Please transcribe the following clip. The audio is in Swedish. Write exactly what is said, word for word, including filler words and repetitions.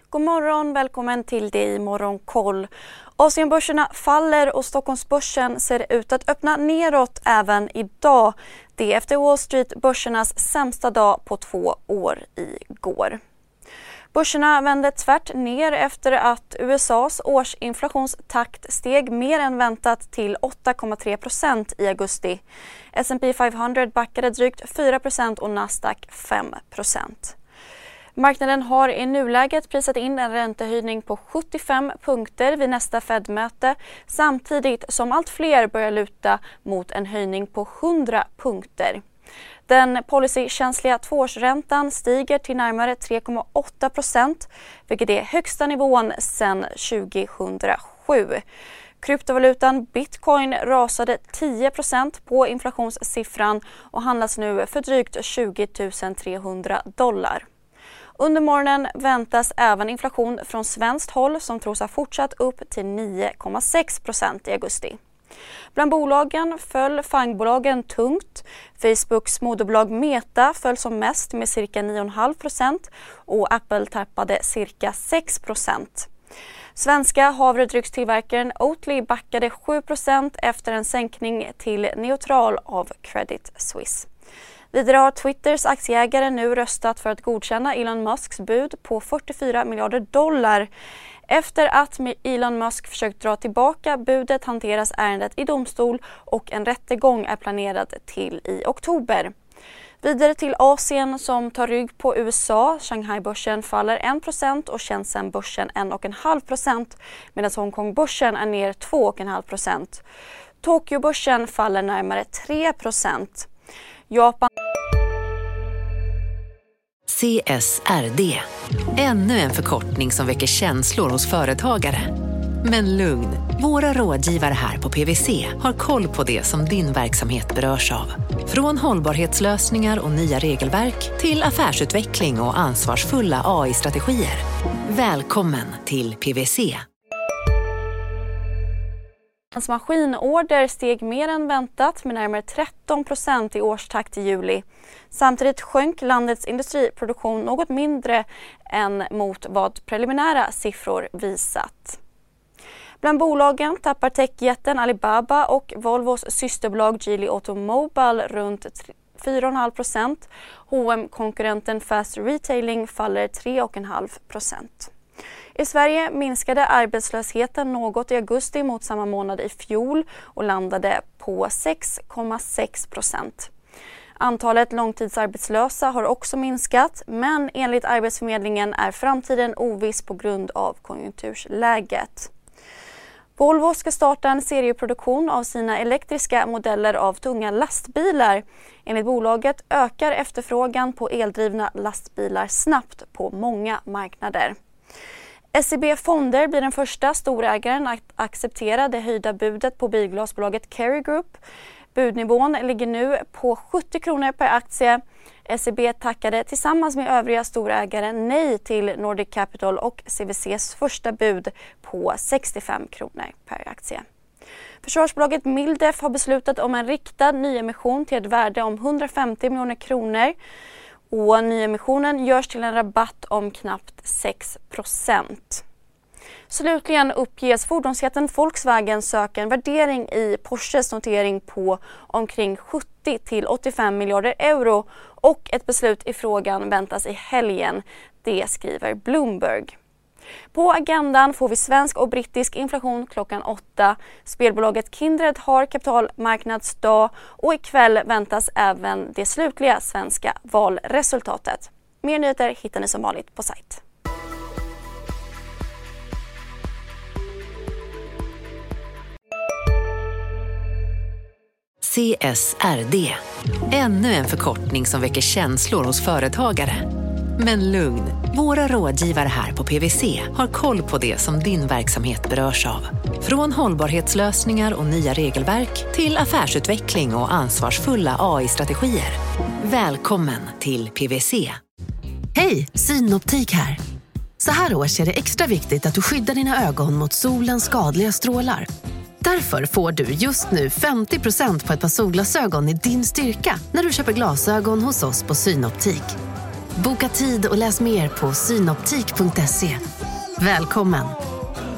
God morgon, välkommen till det i Morgonkoll. Asienbörserna faller och Stockholmsbörsen ser ut att öppna neråt även idag. Det är efter Wall Street-börsernas sämsta dag på två år igår. Börserna vände tvärt ner efter att U S A:s årsinflationstakt steg mer än väntat till åtta komma tre procent i augusti. S and P femhundra backade drygt fyra procent och Nasdaq fem procent. Marknaden har i nuläget prisat in en räntehöjning på sjuttiofem punkter vid nästa Fed-möte samtidigt som allt fler börjar luta mot en höjning på hundra punkter. Den policykänsliga tvåårsräntan stiger till närmare tre komma åtta procent, vilket är högsta nivån sedan tjugohundrasju. Kryptovalutan Bitcoin rasade tio procent på inflationssiffran och handlas nu för drygt tjugo tusen trehundra dollar. Under morgonen väntas även inflation från svenskt håll som tros ha fortsatt upp till nio komma sex procent i augusti. Bland bolagen föll fangbolagen tungt. Facebooks moderbolag Meta föll som mest med cirka nio komma fem procent och Apple tappade cirka sex procent. Svenska havredryckstillverkaren Oatly backade sju procent efter en sänkning till neutral av Credit Suisse. Vidare har Twitters aktieägare nu röstat för att godkänna Elon Musks bud på fyrtiofyra miljarder dollar. Efter att Elon Musk försökt dra tillbaka budet hanteras ärendet i domstol och en rättegång är planerad till i oktober. Vidare till Asien som tar rygg på U S A. Shanghai-börsen faller en procent och Shenzhen-börsen en komma fem procent medan Hongkong-börsen är ner två komma fem procent. Tokyo-börsen faller närmare tre procent. Japan. C S R D. Ännu en förkortning som väcker känslor hos företagare. Men lugn, våra rådgivare här på P W C har koll på det som din verksamhet berörs av. Från hållbarhetslösningar och nya regelverk till affärsutveckling och ansvarsfulla A I-strategier. Välkommen till P W C. Maskinorder steg mer än väntat med närmare tretton procent i årstakt i juli. Samtidigt sjönk landets industriproduktion något mindre än mot vad preliminära siffror visat. Bland bolagen tappar techjätten Alibaba och Volvos systerbolag Geely Automobile runt fyra komma fem procent. H och M-konkurrenten Fast Retailing faller tre komma fem procent. I Sverige minskade arbetslösheten något i augusti mot samma månad i fjol och landade på sex komma sex procent. Antalet långtidsarbetslösa har också minskat, men enligt Arbetsförmedlingen är framtiden oviss på grund av konjunktursläget. Volvo ska starta en serieproduktion av sina elektriska modeller av tunga lastbilar. Enligt bolaget ökar efterfrågan på eldrivna lastbilar snabbt på många marknader. S E B Fonder blir den första storägaren att acceptera det höjda budet på bilglasbolaget Kerry Group. Budnivån ligger nu på sjuttio kronor per aktie. S E B tackade tillsammans med övriga storägare nej till Nordic Capital och C V C:s första bud på sextiofem kronor per aktie. Försvarsbolaget Mildef har beslutat om en riktad nyemission till ett värde om hundrafemtio miljoner kronor. Och nyemissionen görs till en rabatt om knappt sex procent. Slutligen uppges fordonsjätten Volkswagen söka en värdering i Porsches notering på omkring sjuttio till åttiofem miljarder euro och ett beslut i frågan väntas i helgen, det skriver Bloomberg. På agendan får vi svensk och brittisk inflation klockan åtta. Spelbolaget Kindred har kapitalmarknadsdag och ikväll väntas även det slutliga svenska valresultatet. Mer nyheter hittar ni som vanligt på sajt. C S R D. Ännu en förkortning som väcker känslor hos företagare. Men lugn, våra rådgivare här på P W C har koll på det som din verksamhet berörs av. Från hållbarhetslösningar och nya regelverk till affärsutveckling och ansvarsfulla A I-strategier. Välkommen till P W C. Hej, Synoptik här. Så här års är det extra viktigt att du skyddar dina ögon mot solens skadliga strålar. Därför får du just nu femtio procent på ett par solglasögon i din styrka när du köper glasögon hos oss på Synoptik. Boka tid och läs mer på synoptik punkt se. Välkommen!